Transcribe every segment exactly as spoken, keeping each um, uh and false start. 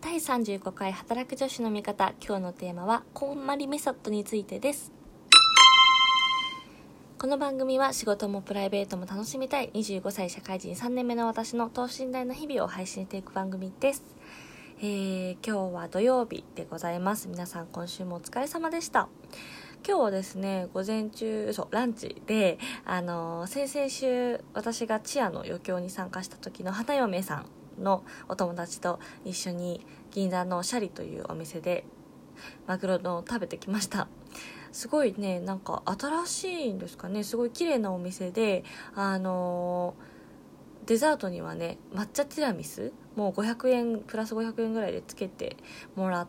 だいさんじゅうごかい働く女子の味方。今日のテーマはこんまりメソッドについてです。この番組は仕事もプライベートも楽しみたいにじゅうごさい社会人さんねんめの私の等身大の日々を配信していく番組です。えー、今日は土曜日でございます。皆さん今週もお疲れ様でした。今日はですね、午前中、そう、ランチで、あのー、先々週私がチアの余興に参加した時の花嫁さんのお友達と一緒に銀座のシャリというお店でマグロ丼を食べてきました。すごいね、なんか新しいんですかね、すごい綺麗なお店で、あのー、デザートにはね、抹茶ティラミスもうごひゃくえんプラスごひゃくえんぐらいでつけてもらって、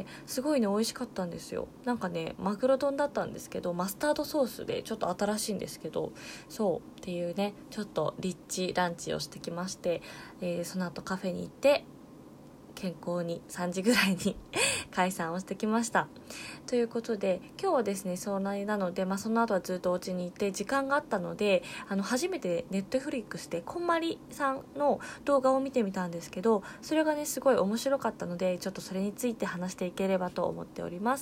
すごいね美味しかったんですよ。なんかねマグロ丼だったんですけど、マスタードソースでちょっと新しいんですけど、そうっていうね、ちょっとリッチランチをしてきまして、えー、その後カフェに行って健康にさんじぐらいに解散をしてきました。ということで今日はですね、そうなので、まあ、その後はずっとお家にいて時間があったので、あの初めてネットフリックスでこんまりさんの動画を見てみたんですけど、それがねすごい面白かったので、ちょっとそれについて話していければと思っております。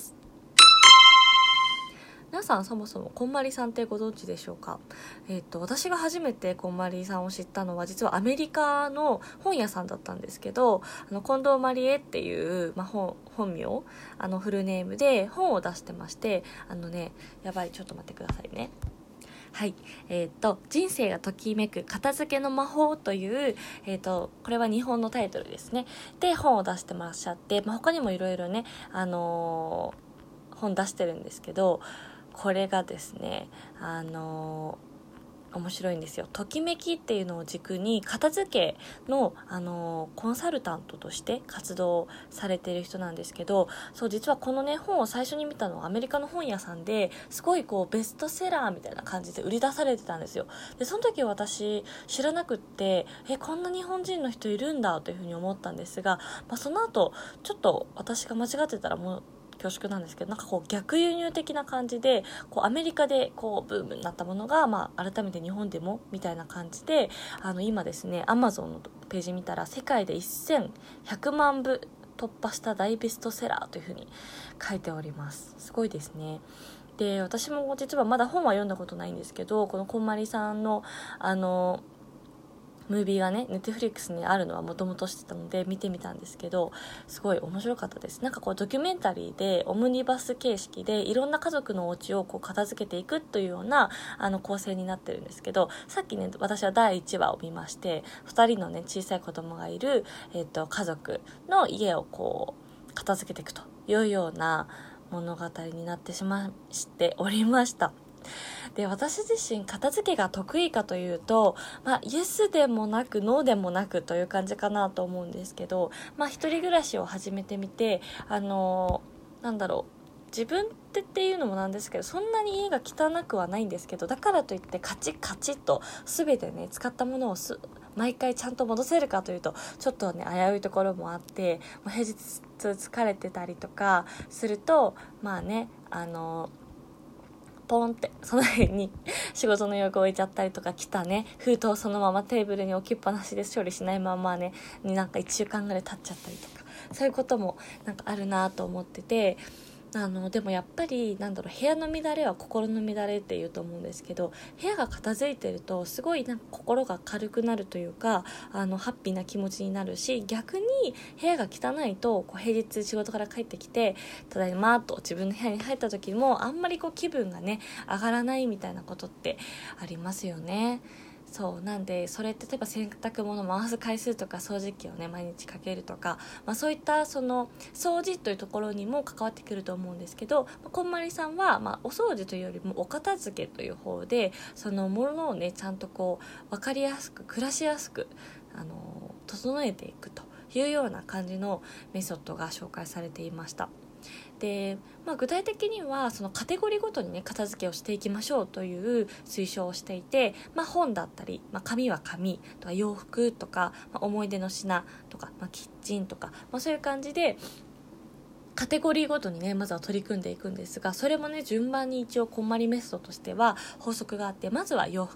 皆さんそもそもこんまりさんってご存知でしょうか？えー、と私が初めてこんまりさんを知ったのは実はアメリカの本屋さんだったんですけど、あの近藤まりえっていう、まあ、本, 本名あのフルネームで本を出してまして、あのねやばいちょっと待ってくださいね。はい、えー、と人生がときめく片付けの魔法という、えー、とこれは日本のタイトルですね。で本を出してらっしゃって、まあ、他にもいろいろね、あのー、本出してるんですけど、これがですね、あのー、面白いんですよ。ときめきっていうのを軸に片付けの、あのー、コンサルタントとして活動されている人なんですけど、そう実はこのね本を最初に見たのはアメリカの本屋さんで、すごいこうベストセラーみたいな感じで売り出されてたんですよ。でその時私知らなくって、えこんな日本人の人いるんだというふうに思ったんですが、まあ、その後ちょっと私が間違ってたらもう恐縮なんですけど、なんかこう逆輸入的な感じで、こうアメリカでこうブームになったものが、まあ、改めて日本でもみたいな感じで、あの今ですね Amazon のページ見たら世界でせんひゃくまんぶ突破した大ベストセラーというふうに書いております。すごいですね。で私も実はまだ本は読んだことないんですけど、このこんまりさんのあのムービーがねネットフリックスにあるのはもともとしてたので見てみたんですけど、すごい面白かったです。なんかこうドキュメンタリーでオムニバス形式でいろんな家族のお家をこう片付けていくというようなあの構成になってるんですけど、さっきね私はだいいちわを見まして、ふたりのね小さい子供がいる、えー、と家族の家をこう片付けていくというような物語になってしましておりました。で私自身片付けが得意かというと、まあ、イエスでもなくノーでもなくという感じかなと思うんですけど、まあ、一人暮らしを始めてみて、あのー、なんだろう自分ってっていうのもなんですけど、そんなに家が汚くはないんですけど、だからといってカチッカチッと全てね使ったものをす毎回ちゃんと戻せるかというとちょっとね危ういところもあって、もう平日疲れてたりとかすると、まあねあのーポンってその辺に仕事の用具置いちゃったりとか、来たね封筒をそのままテーブルに置きっぱなしで処理しないままねになんかいっしゅうかんぐらい経っちゃったりとか、そういうこともなんかあるなと思ってて、あのでもやっぱりなんだろう部屋の乱れは心の乱れっていうと思うんですけど、部屋が片付いてるとすごいなんか心が軽くなるというか、あのハッピーな気持ちになるし、逆に部屋が汚いとこう平日仕事から帰ってきてただいまと自分の部屋に入った時もあんまりこう気分がね上がらないみたいなことってありますよね。そうなんで、それって例えば洗濯物回す回数とか掃除機をね毎日かけるとか、まあ、そういったその掃除というところにも関わってくると思うんですけど、こんまりさんは、まあ、お掃除というよりもお片付けという方で、そのものをねちゃんとこう分かりやすく暮らしやすくあの整えていくというような感じのメソッドが紹介されていました。で、まあ、具体的にはそのカテゴリーごとにね片付けをしていきましょうという推奨をしていて、まあ、本だったり、まあ、紙は紙とか洋服とか、まあ、思い出の品とか、まあ、キッチンとか、まあ、そういう感じでカテゴリーごとにねまずは取り組んでいくんですが、それもね順番に一応こんまりメソッドとしては法則があって、まずは洋服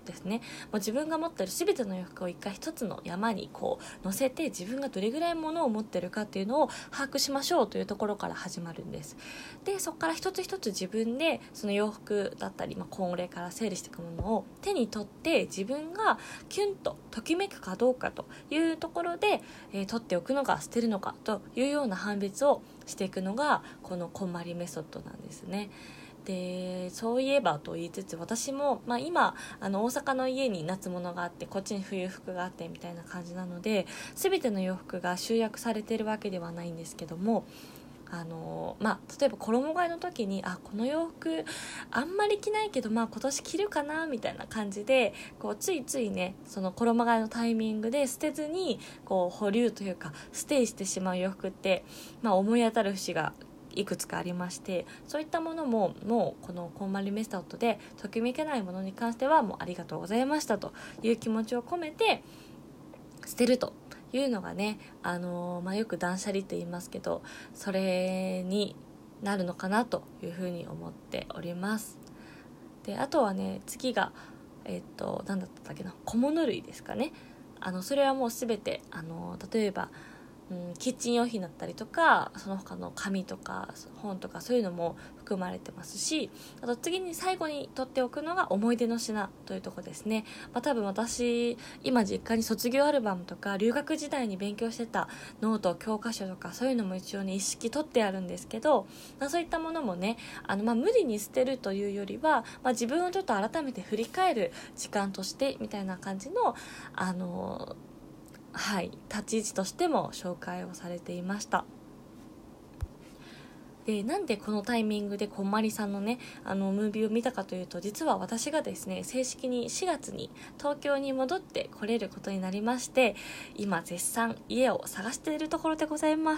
ですね。もう自分が持ってる全ての洋服を一回一つの山にこう乗せて、自分がどれぐらい物を持ってるかっていうのを把握しましょうというところから始まるんです。でそこから一つ一つ自分でその洋服だったり、まあ、これから整理していくものを手に取って、自分がキュンとときめくかどうかというところで、えー、取っておくのか捨てるのかというような判別をしていくのがこのこんまりメソッドなんですね。でそういえばと言いつつ、私も、まあ、今あの大阪の家に夏物があって、こっちに冬服があってみたいな感じなので、全ての洋服が集約されているわけではないんですけども、あのまあ、例えば衣替えの時に、あこの洋服あんまり着ないけど、まあ、今年着るかなみたいな感じで、こうついついねその衣替えのタイミングで捨てずにこう保留というかステイしてしまう洋服って、まあ、思い当たる節がいくつかありまして、そういったものももうこのこんまりメソッドでときめけないものに関してはもうありがとうございましたという気持ちを込めて捨てるというのがね、あのーまあ、よく断捨離って言いますけど、それになるのかなというふうに思っております。であとはね、次がえっと何だったっけな、小物類ですかね。あのそれはもうすべて、あのー例えばうん、キッチン用品だったりとか、その他の紙とか本とかそういうのも含まれてますし、あと次に最後に取っておくのが思い出の品というところですね。まあ、多分私今実家に卒業アルバムとか留学時代に勉強してたノート教科書とかそういうのも一応ね一式取ってあるんですけど、まあ、そういったものもね、あのまあ無理に捨てるというよりは、まあ、自分をちょっと改めて振り返る時間としてみたいな感じのあのはい、立ち位置としても紹介をされていました。でなんでこのタイミングでこんまりさんのねあのムービーを見たかというと、実は私がですね正式にしがつに東京に戻って来れることになりまして、今絶賛家を探しているところでございます。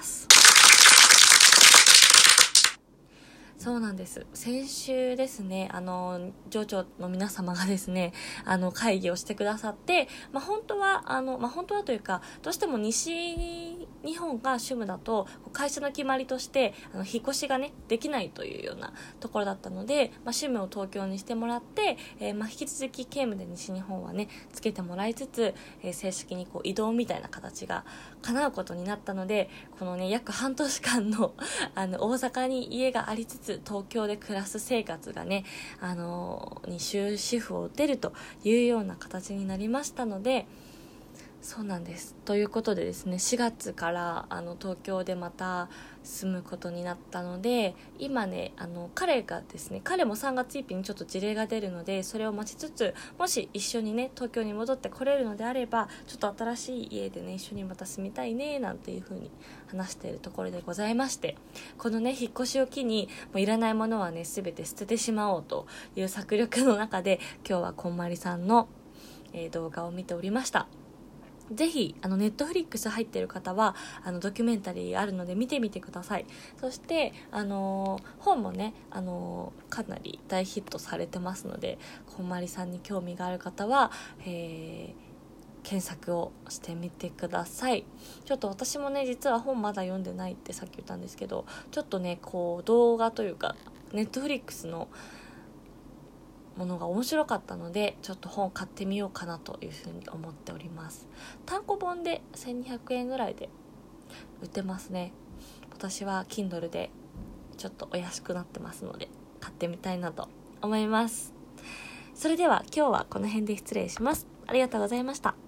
そうなんです。先週ですね、あの上長の皆様がですね、あの会議をしてくださって、まあ、本当はあの、まあ、本当はというか、どうしても西日本が主務だと会社の決まりとしてあの引っ越しがねできないというようなところだったので、まあ、主務を東京にしてもらって、えー、まあ引き続き兼務で西日本はねつけてもらいつつ、えー、正式にこう移動みたいな形が叶うことになったので、このね約半年間のあの大阪に家がありつつ東京で暮らす生活がね、あのー、に終止符を打てるというような形になりましたので、そうなんです。ということでですね、しがつからあの東京でまた住むことになったので、今ねあの彼がですね彼もさんがつついたちにちょっと事例が出るので、それを待ちつつ、もし一緒にね東京に戻ってこれるのであれば、ちょっと新しい家でね一緒にまた住みたいねなんていう風に話しているところでございまして、このね引っ越しを機にもういらないものはね全て捨ててしまおうという策略の中で、今日はこんまりさんの、えー、動画を見ておりました。ぜひあのネットフリックス入ってる方はあのドキュメンタリーあるので見てみてください。そしてあのー、本もね、あのー、かなり大ヒットされてますので、こんまりさんに興味がある方は、えー、検索をしてみてください。ちょっと私もね実は本まだ読んでないってさっき言ったんですけど、ちょっとねこう動画というかネットフリックスのものが面白かったので、ちょっと本買ってみようかなというふうに思っております。単行本でせんにひゃくえんぐらいで売ってますね。私は Kindle でちょっとお安くなってますので買ってみたいなと思います。それでは今日はこの辺で失礼します。ありがとうございました。